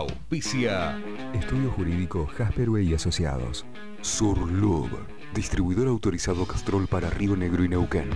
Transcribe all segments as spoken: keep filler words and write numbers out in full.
Auspicia Estudio Jurídico Jasperway y Asociados. Surlub, distribuidor autorizado Castrol para Río Negro y Neuquén.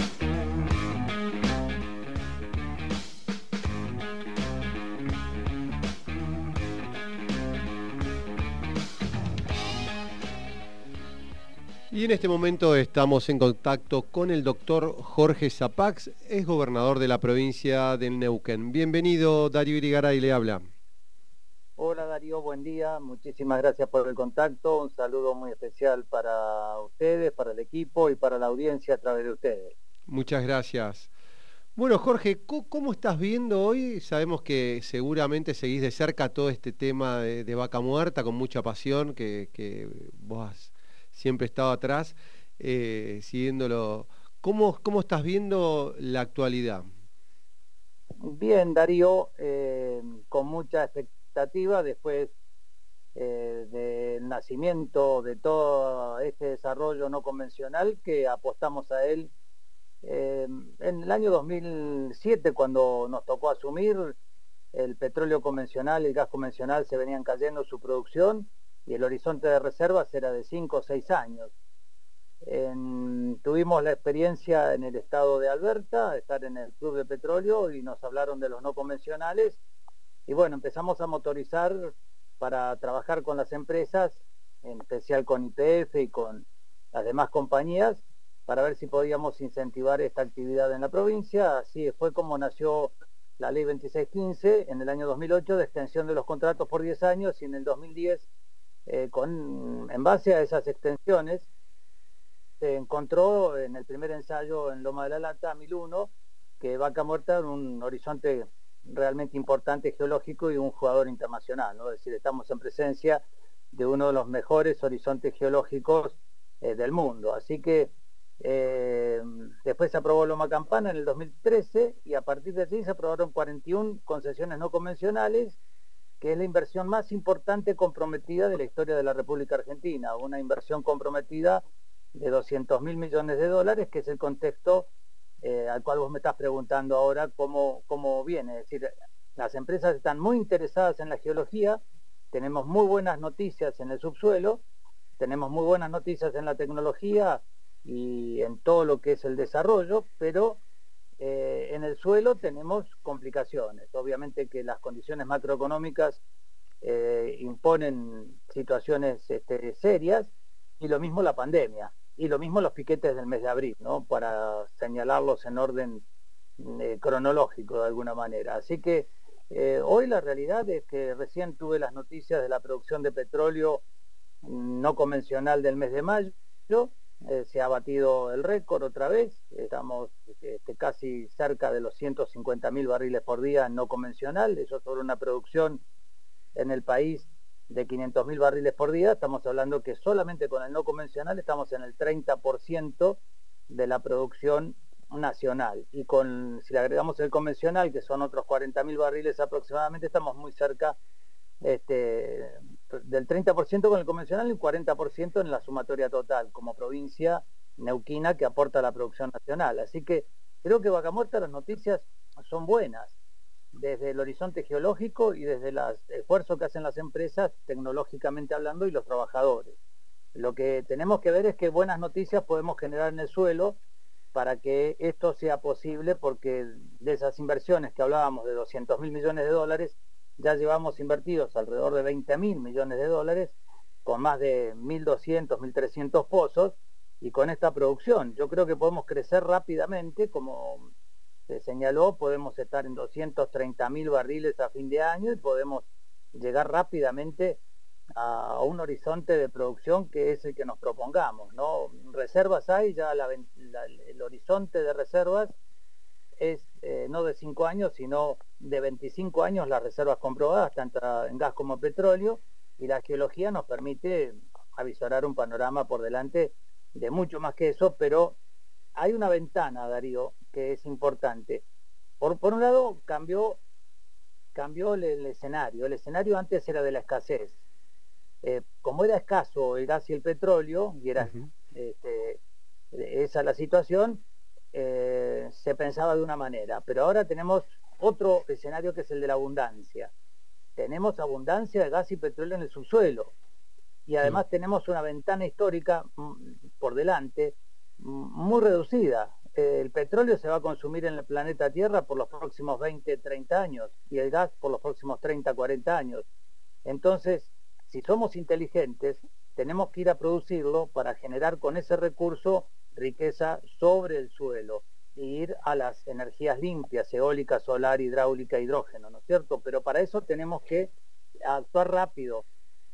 Y en este momento estamos en contacto con el doctor Jorge Zapax, es gobernador de la provincia de Neuquén. Bienvenido, Darío Irigaray le habla. Hola Darío, buen día, muchísimas gracias por el contacto, un saludo muy especial para ustedes, para el equipo y para la audiencia a través de ustedes. Muchas gracias. Bueno, Jorge, ¿cómo estás viendo hoy? Sabemos que seguramente seguís de cerca todo este tema de, de Vaca Muerta con mucha pasión, que, que vos has siempre estado atrás, eh, siguiéndolo. ¿Cómo, ¿Cómo estás viendo la actualidad? Bien, Darío, eh, con mucha expectativa después eh, del nacimiento de todo este desarrollo no convencional que apostamos a él eh, en el año dos mil siete, cuando nos tocó asumir. El petróleo convencional y el gas convencional se venían cayendo su producción y el horizonte de reservas era de cinco o seis años. En, tuvimos la experiencia en el estado de Alberta, estar en el Club de Petróleo, y nos hablaron de los no convencionales, y bueno, empezamos a motorizar para trabajar con las empresas, en especial con Y P F y con las demás compañías, para ver si podíamos incentivar esta actividad en la provincia. Así fue como nació la ley veintiséis quince en el año dos mil ocho, de extensión de los contratos por diez años, y en el dos mil diez, eh, con, en base a esas extensiones, se encontró en el primer ensayo en Loma de la Lata, mil uno, que Vaca Muerta era un horizonte realmente importante geológico y un jugador internacional, ¿no? Es decir, estamos en presencia de uno de los mejores horizontes geológicos eh, del mundo. Así que eh, después se aprobó Loma Campana en el dos mil trece, y a partir de allí se aprobaron cuarenta y una concesiones no convencionales, que es la inversión más importante comprometida de la historia de la República Argentina, una inversión comprometida de doscientos mil millones de dólares, que es el contexto eh, al cual vos me estás preguntando ahora cómo, cómo viene. Es decir, las empresas están muy interesadas en la geología, tenemos muy buenas noticias en el subsuelo, tenemos muy buenas noticias en la tecnología y en todo lo que es el desarrollo, pero eh, en el suelo tenemos complicaciones. Obviamente que las condiciones macroeconómicas eh, imponen situaciones este, serias, y lo mismo la pandemia, y lo mismo los piquetes del mes de abril, ¿no? Para señalarlos en orden eh, cronológico de alguna manera. Así que eh, hoy la realidad es que recién tuve las noticias de la producción de petróleo no convencional del mes de mayo. Eh, se ha batido el récord otra vez, estamos este, casi cerca de los ciento cincuenta mil barriles por día no convencional, eso sobre una producción en el país de quinientos mil barriles por día. Estamos hablando que solamente con el no convencional estamos en el treinta por ciento de la producción nacional, y con, si le agregamos el convencional, que son otros cuarenta mil barriles aproximadamente, estamos muy cerca este, del treinta por ciento con el convencional y el cuarenta por ciento en la sumatoria total, como provincia neuquina que aporta a la producción nacional. Así que creo que Vaca Muerta las noticias son buenas, desde el horizonte geológico y desde el esfuerzo que hacen las empresas tecnológicamente hablando y los trabajadores. Lo que tenemos que ver es qué buenas noticias podemos generar en el suelo para que esto sea posible, porque de esas inversiones que hablábamos de doscientos mil millones de dólares, ya llevamos invertidos alrededor de veinte mil millones de dólares, con más de mil doscientos, mil trescientos pozos, y con esta producción yo creo que podemos crecer rápidamente. Como se señaló, podemos estar en doscientos treinta mil barriles a fin de año, y podemos llegar rápidamente a un horizonte de producción que es el que nos propongamos, ¿no? Reservas hay, ya la, la, el horizonte de reservas es eh, no de cinco años, sino de veinticinco años las reservas comprobadas, tanto en gas como petróleo, y la geología nos permite avisorar un panorama por delante de mucho más que eso. Pero hay una ventana, Darío, que es importante. Por, por un lado, cambió, cambió el, el escenario. El escenario antes era de la escasez. Eh, como era escaso el gas y el petróleo, y era uh-huh. este, esa la situación, eh, se pensaba de una manera, pero ahora tenemos otro escenario que es el de la abundancia. tenemos abundancia de gas y petróleo en el subsuelo. Y además sí. tenemos una ventana histórica por delante muy reducida. El petróleo se va a consumir en el planeta Tierra por los próximos veinte, treinta años y el gas por los próximos treinta, cuarenta años. Entonces, si somos inteligentes, tenemos que ir a producirlo para generar con ese recurso riqueza sobre el suelo e ir a las energías limpias, eólica, solar, hidráulica, hidrógeno, ¿no es cierto? Pero para eso tenemos que actuar rápido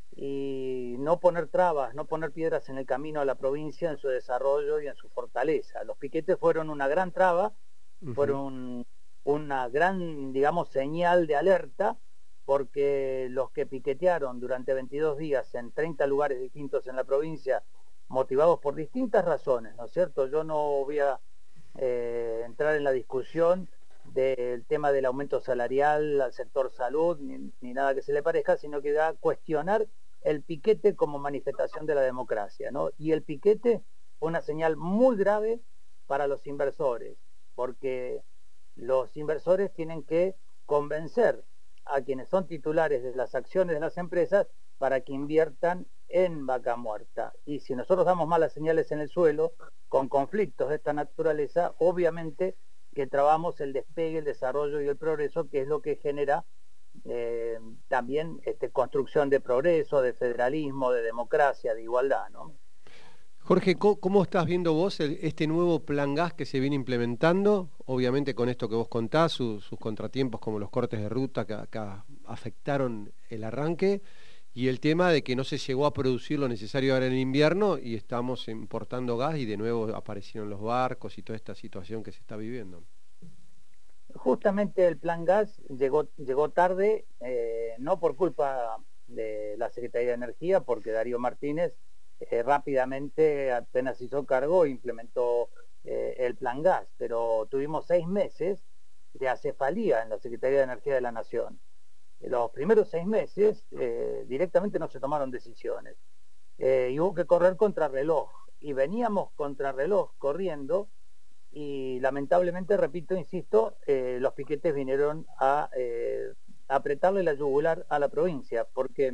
y no poner trabas, no poner piedras en el camino a la provincia en su desarrollo y en su fortaleza. Los piquetes fueron una gran traba, uh-huh. fueron una gran, digamos, señal de alerta, porque los que piquetearon durante veintidós días en treinta lugares distintos en la provincia, motivados por distintas razones, ¿no es cierto? Yo no voy a eh, entrar en la discusión del tema del aumento salarial al sector salud, ni, ni nada que se le parezca, sino que va a cuestionar el piquete como manifestación de la democracia, ¿no? Y el piquete fue una señal muy grave para los inversores, porque los inversores tienen que convencer a quienes son titulares de las acciones de las empresas para que inviertan en Vaca Muerta. Y si nosotros damos malas señales en el suelo, con conflictos de esta naturaleza, obviamente que trabamos el despegue, el desarrollo y el progreso, que es lo que genera eh, también este, construcción de progreso, de federalismo, de democracia, de igualdad, ¿no? Jorge, ¿cómo estás viendo vos el, este nuevo plan gas que se viene implementando? Obviamente con esto que vos contás, su, sus contratiempos como los cortes de ruta que, que afectaron el arranque, y el tema de que no se llegó a producir lo necesario ahora en el invierno y estamos importando gas y de nuevo aparecieron los barcos y toda esta situación que se está viviendo. Justamente el plan gas llegó, llegó tarde, eh, no por culpa de la Secretaría de Energía, porque Darío Martínez eh, rápidamente apenas hizo cargo e implementó eh, el plan gas, pero tuvimos seis meses de acefalía en la Secretaría de Energía de la Nación. Los primeros seis meses eh, directamente no se tomaron decisiones eh, y hubo que correr contra reloj, y veníamos contra reloj corriendo y lamentablemente, repito, insisto, eh, los piquetes vinieron a eh, apretarle la yugular a la provincia, porque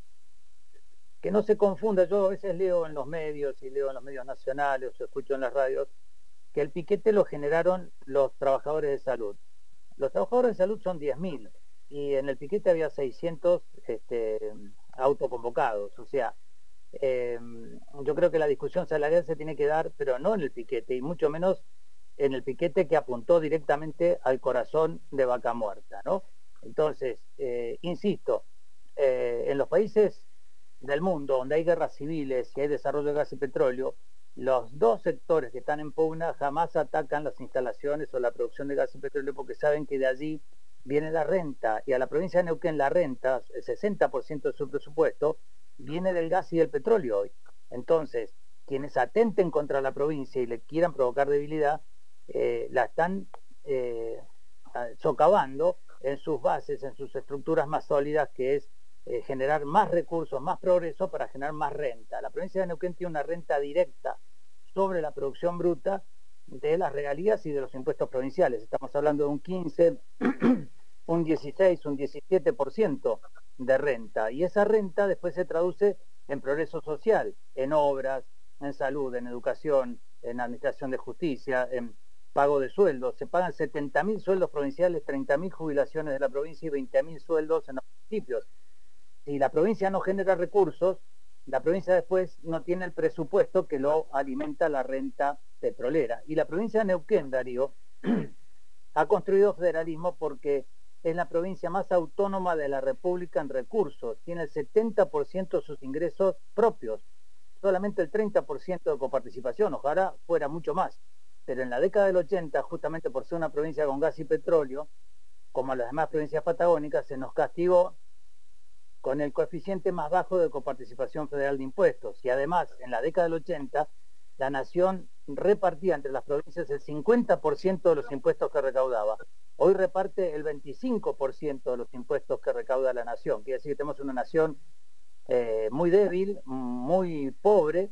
que no se confunda, yo a veces leo en los medios y leo en los medios nacionales o escucho en las radios que el piquete lo generaron los trabajadores de salud. Los trabajadores de salud son diez mil. Y en el piquete había seiscientos este, autoconvocados. O sea, eh, yo creo que la discusión salarial se tiene que dar, pero no en el piquete, y mucho menos en el piquete que apuntó directamente al corazón de Vaca Muerta, ¿no? Entonces, eh, insisto, eh, en los países del mundo donde hay guerras civiles y hay desarrollo de gas y petróleo, los dos sectores que están en pugna jamás atacan las instalaciones o la producción de gas y petróleo, porque saben que de allí viene la renta, y a la provincia de Neuquén la renta, el sesenta por ciento de su presupuesto, viene del gas y del petróleo hoy. Entonces, quienes atenten contra la provincia y le quieran provocar debilidad, eh, la están eh, socavando en sus bases, en sus estructuras más sólidas, que es eh, generar más recursos, más progreso para generar más renta. La provincia de Neuquén tiene una renta directa sobre la producción bruta de las regalías y de los impuestos provinciales. Estamos hablando de un quince, un dieciséis, un diecisiete por ciento de renta, y esa renta después se traduce en progreso social, en obras, en salud, en educación, en administración de justicia, en pago de sueldos. Se pagan setenta mil sueldos provinciales, treinta mil jubilaciones de la provincia y veinte mil sueldos en los municipios. Si la provincia no genera recursos, la provincia después no tiene el presupuesto que lo alimenta la renta petrolera. Y la provincia de Neuquén, Darío, ha construido federalismo porque es la provincia más autónoma de la República en recursos. Tiene el setenta por ciento de sus ingresos propios, solamente el treinta por ciento de coparticipación. Ojalá fuera mucho más. Pero en la década del ochenta, justamente por ser una provincia con gas y petróleo, como las demás provincias patagónicas, se nos castigó con el coeficiente más bajo de coparticipación federal de impuestos. Y además, en la década del ochenta, la nación repartía entre las provincias el cincuenta por ciento de los impuestos que recaudaba. Hoy reparte el veinticinco por ciento de los impuestos que recauda la nación. Quiere decir que tenemos una nación eh, muy débil, muy pobre,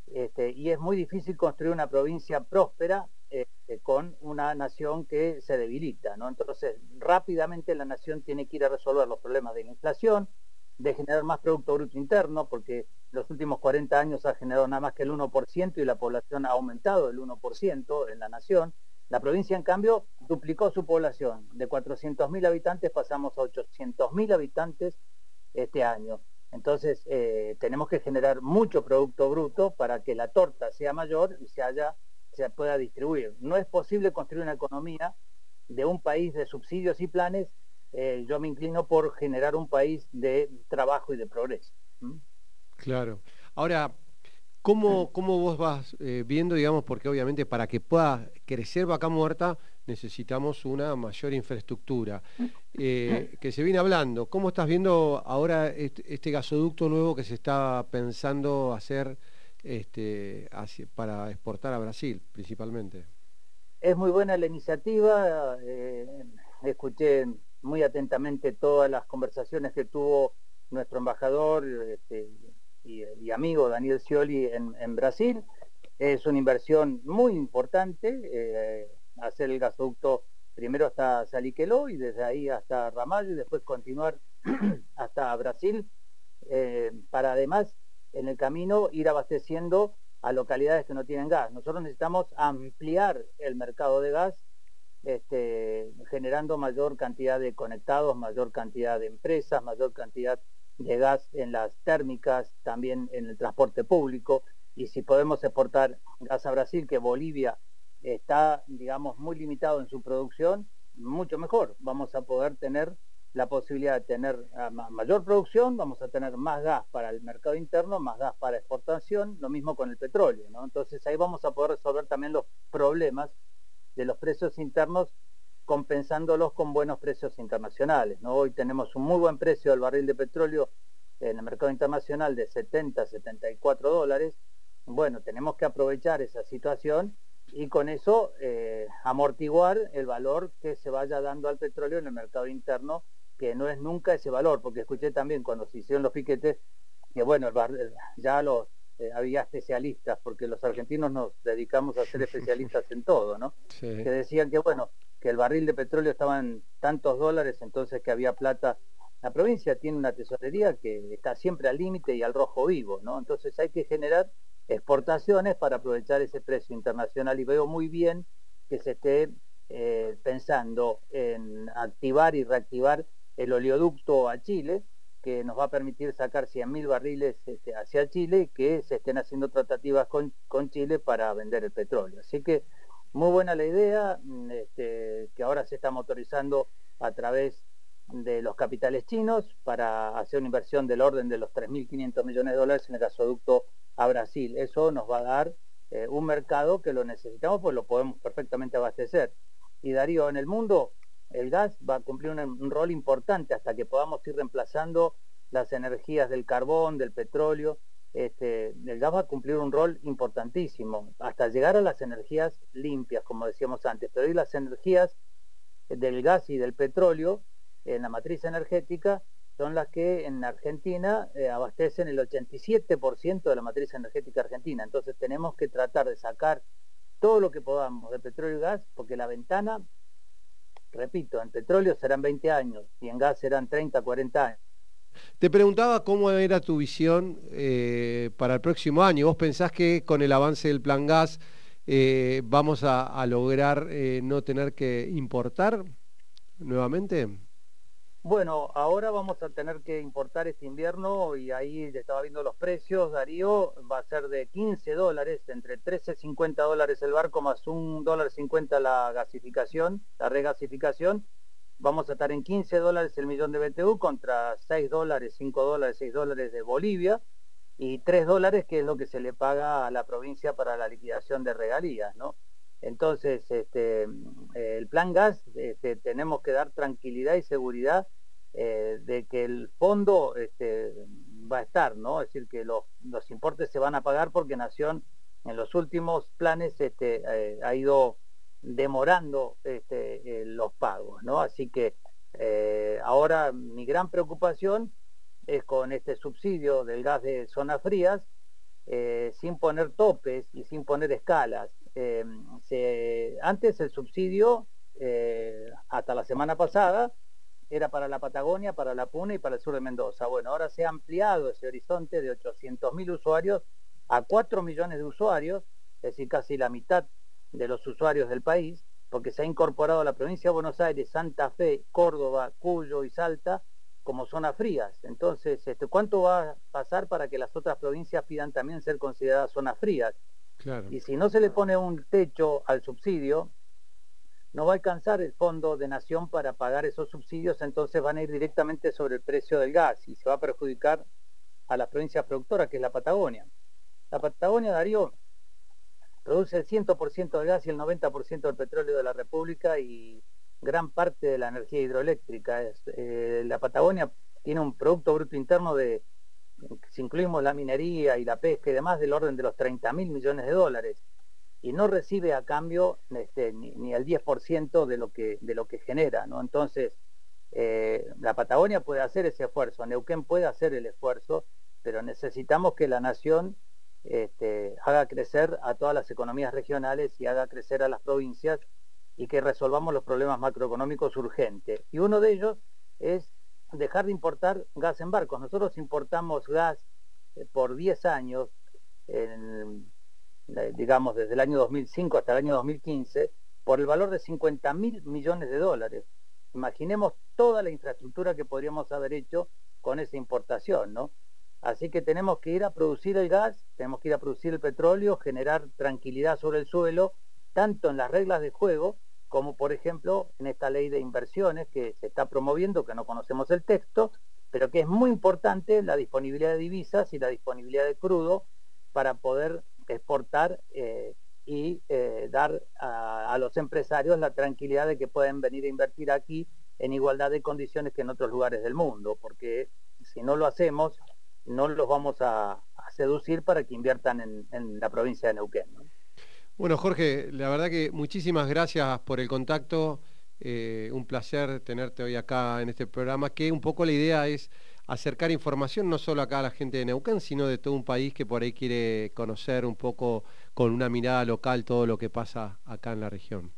este, y es muy difícil construir una provincia próspera este, con una nación que se debilita, ¿no? Entonces, rápidamente la nación tiene que ir a resolver los problemas de la inflación, de generar más Producto Bruto Interno, porque los últimos cuarenta años ha generado nada más que el uno por ciento y la población ha aumentado el uno por ciento en la nación. La provincia, en cambio, duplicó su población. De cuatrocientos mil habitantes pasamos a ochocientos mil habitantes este año. Entonces, eh, tenemos que generar mucho Producto Bruto para que la torta sea mayor y se, haya, se pueda distribuir. No es posible construir una economía de un país de subsidios y planes. Eh, yo me inclino por generar un país de trabajo y de progreso. ¿Mm? Claro. Ahora, ¿cómo, cómo vos vas eh, viendo, digamos, porque obviamente para que pueda crecer Vaca Muerta necesitamos una mayor infraestructura eh, que se viene hablando? ¿Cómo estás viendo ahora este, este gasoducto nuevo que se está pensando hacer este, hacia, para exportar a Brasil, principalmente? Es muy buena la iniciativa. Eh, escuché muy atentamente todas las conversaciones que tuvo nuestro embajador este, y, y amigo Daniel Scioli en, en Brasil. Es una inversión muy importante, eh, hacer el gasoducto primero hasta Saliqueló y desde ahí hasta Ramallo y después continuar hasta Brasil, eh, para además en el camino ir abasteciendo a localidades que no tienen gas. Nosotros necesitamos ampliar el mercado de gas, este, generando mayor cantidad de conectados, mayor cantidad de empresas, mayor cantidad de gas en las térmicas, también en el transporte público. Y si podemos exportar gas a Brasil, que Bolivia está, digamos, muy limitado en su producción, mucho mejor. Vamos a poder tener la posibilidad de tener mayor producción, vamos a tener más gas para el mercado interno, más gas para exportación, lo mismo con el petróleo, ¿no? Entonces ahí vamos a poder resolver también los problemas de los precios internos, compensándolos con buenos precios internacionales, ¿no? Hoy tenemos un muy buen precio del barril de petróleo en el mercado internacional de setenta, setenta y cuatro dólares. Bueno, tenemos que aprovechar esa situación y con eso eh, amortiguar el valor que se vaya dando al petróleo en el mercado interno, que no es nunca ese valor, porque escuché también cuando se hicieron los piquetes que bueno, el barril, ya los eh, había especialistas, porque los argentinos nos dedicamos a ser especialistas en todo, ¿no? Sí. Que decían que bueno, que el barril de petróleo estaba en tantos dólares, entonces que había plata. La provincia tiene una tesorería que está siempre al límite y al rojo vivo, ¿no? Entonces hay que generar exportaciones para aprovechar ese precio internacional y veo muy bien que se esté eh, pensando en activar y reactivar el oleoducto a Chile, que nos va a permitir sacar cien mil barriles este, hacia Chile y que se estén haciendo tratativas con, con Chile para vender el petróleo. Así que muy buena la idea, este, que ahora se está motorizando a través de los capitales chinos para hacer una inversión del orden de los tres mil quinientos millones de dólares en el gasoducto a Brasil. Eso nos va a dar eh, un mercado que lo necesitamos, pues lo podemos perfectamente abastecer. Y Darío, en el mundo el gas va a cumplir un, un rol importante hasta que podamos ir reemplazando las energías del carbón, del petróleo. Este, el gas va a cumplir un rol importantísimo hasta llegar a las energías limpias, como decíamos antes. Pero hoy las energías del gas y del petróleo en la matriz energética son las que en Argentina eh, abastecen el ochenta y siete por ciento de la matriz energética argentina. Entonces tenemos que tratar de sacar todo lo que podamos de petróleo y gas, porque la ventana, repito, en petróleo serán veinte años y en gas serán treinta, cuarenta años. Te preguntaba cómo era tu visión eh, para el próximo año. ¿Vos pensás que con el avance del Plan Gas eh, vamos a, a lograr eh, no tener que importar nuevamente? Bueno, ahora vamos a tener que importar este invierno y ahí estaba viendo los precios, Darío, va a ser de quince dólares, entre trece cincuenta dólares el barco más un dólar cincuenta la gasificación, la regasificación. Vamos a estar en quince dólares el millón de B T U contra seis dólares, cinco dólares, seis dólares de Bolivia y tres dólares que es lo que se le paga a la provincia para la liquidación de regalías, ¿no? Entonces, este, el Plan Gas, este, tenemos que dar tranquilidad y seguridad eh, de que el fondo este, va a estar, ¿no? Es decir, que los, los importes se van a pagar porque Nación en los últimos planes este, eh, ha ido demorando este, eh, los pagos, ¿no? Así que eh, ahora mi gran preocupación es con este subsidio del gas de zonas frías, eh, sin poner topes y sin poner escalas. Eh, se, antes el subsidio, eh, hasta la semana pasada, era para la Patagonia, para la Puna y para el sur de Mendoza. Bueno, ahora se ha ampliado ese horizonte de ochocientos mil usuarios a cuatro millones de usuarios, es decir, casi la mitad de los usuarios del país, porque se ha incorporado a la provincia de Buenos Aires, Santa Fe, Córdoba, Cuyo y Salta como zonas frías. Entonces, este, ¿cuánto va a pasar para que las otras provincias pidan también ser consideradas zonas frías? Claro. Y si no se le pone un techo al subsidio, no va a alcanzar el Fondo de Nación para pagar esos subsidios, entonces van a ir directamente sobre el precio del gas y se va a perjudicar a las provincias productoras, que es la Patagonia. La Patagonia, Darío, produce el cien por ciento del gas y el noventa por ciento del petróleo de la República y gran parte de la energía hidroeléctrica. Es, eh, la Patagonia tiene un Producto Bruto Interno de, si incluimos la minería y la pesca y demás, del orden de los treinta mil millones de dólares. Y no recibe a cambio este, ni, ni el diez por ciento de lo que, de lo que genera, ¿no? Entonces, eh, la Patagonia puede hacer ese esfuerzo, Neuquén puede hacer el esfuerzo, pero necesitamos que la nación este, haga crecer a todas las economías regionales y haga crecer a las provincias y que resolvamos los problemas macroeconómicos urgentes. Y uno de ellos es dejar de importar gas en barcos. Nosotros importamos gas eh, por diez años, en, digamos desde el año dos mil cinco hasta el año dos mil quince, por el valor de cincuenta mil millones de dólares. Imaginemos toda la infraestructura que podríamos haber hecho con esa importación, ¿no? Así que tenemos que ir a producir el gas, tenemos que ir a producir el petróleo, generar tranquilidad sobre el suelo, tanto en las reglas de juego, como por ejemplo en esta ley de inversiones que se está promoviendo, que no conocemos el texto, pero que es muy importante la disponibilidad de divisas y la disponibilidad de crudo para poder exportar eh, y eh, dar a, a los empresarios la tranquilidad de que pueden venir a invertir aquí en igualdad de condiciones que en otros lugares del mundo, porque si no lo hacemos, no los vamos a, a seducir para que inviertan en, en la provincia de Neuquén, ¿no? Bueno, Jorge, la verdad que muchísimas gracias por el contacto. Eh, un placer tenerte hoy acá en este programa, que un poco la idea es acercar información no solo acá a la gente de Neuquén, sino de todo un país que por ahí quiere conocer un poco con una mirada local todo lo que pasa acá en la región.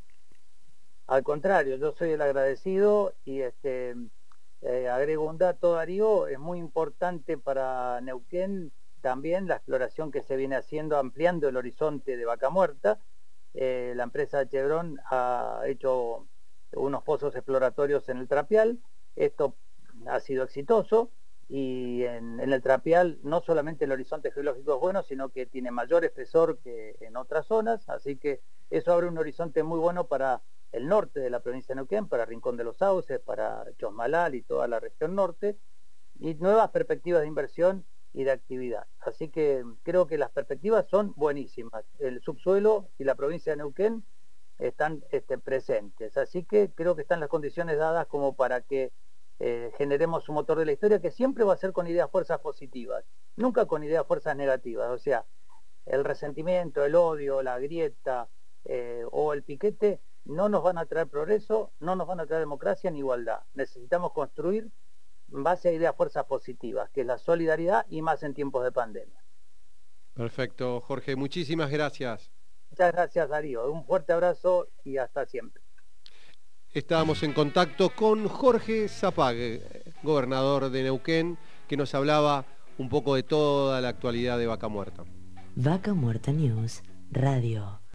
Al contrario, yo soy el agradecido y este, eh, agrego un dato, Darío, es muy importante para Neuquén también la exploración que se viene haciendo ampliando el horizonte de Vaca Muerta. Eh, la empresa Chevron ha hecho unos pozos exploratorios en el Trapial, esto ha sido exitoso y en, en el Trapial no solamente el horizonte geológico es bueno, sino que tiene mayor espesor que en otras zonas, así que eso abre un horizonte muy bueno para el norte de la provincia de Neuquén, para Rincón de los Sauces, para Chosmalal y toda la región norte, y nuevas perspectivas de inversión y de actividad. Así que creo que las perspectivas son buenísimas. El subsuelo y la provincia de Neuquén están este, presentes. Así que creo que están las condiciones dadas como para que eh, generemos un motor de la historia que siempre va a ser con ideas, fuerzas positivas, nunca con ideas, fuerzas negativas. O sea, el resentimiento, el odio, la grieta eh, o el piquete no nos van a traer progreso, no nos van a traer democracia ni igualdad. Necesitamos construir en base a ideas, fuerzas positivas, que es la solidaridad y más en tiempos de pandemia. Perfecto, Jorge, muchísimas gracias. Muchas gracias, Darío. Un fuerte abrazo y hasta siempre. Estábamos en contacto con Jorge Zapague, gobernador de Neuquén, que nos hablaba un poco de toda la actualidad de Vaca Muerta. Vaca Muerta News Radio.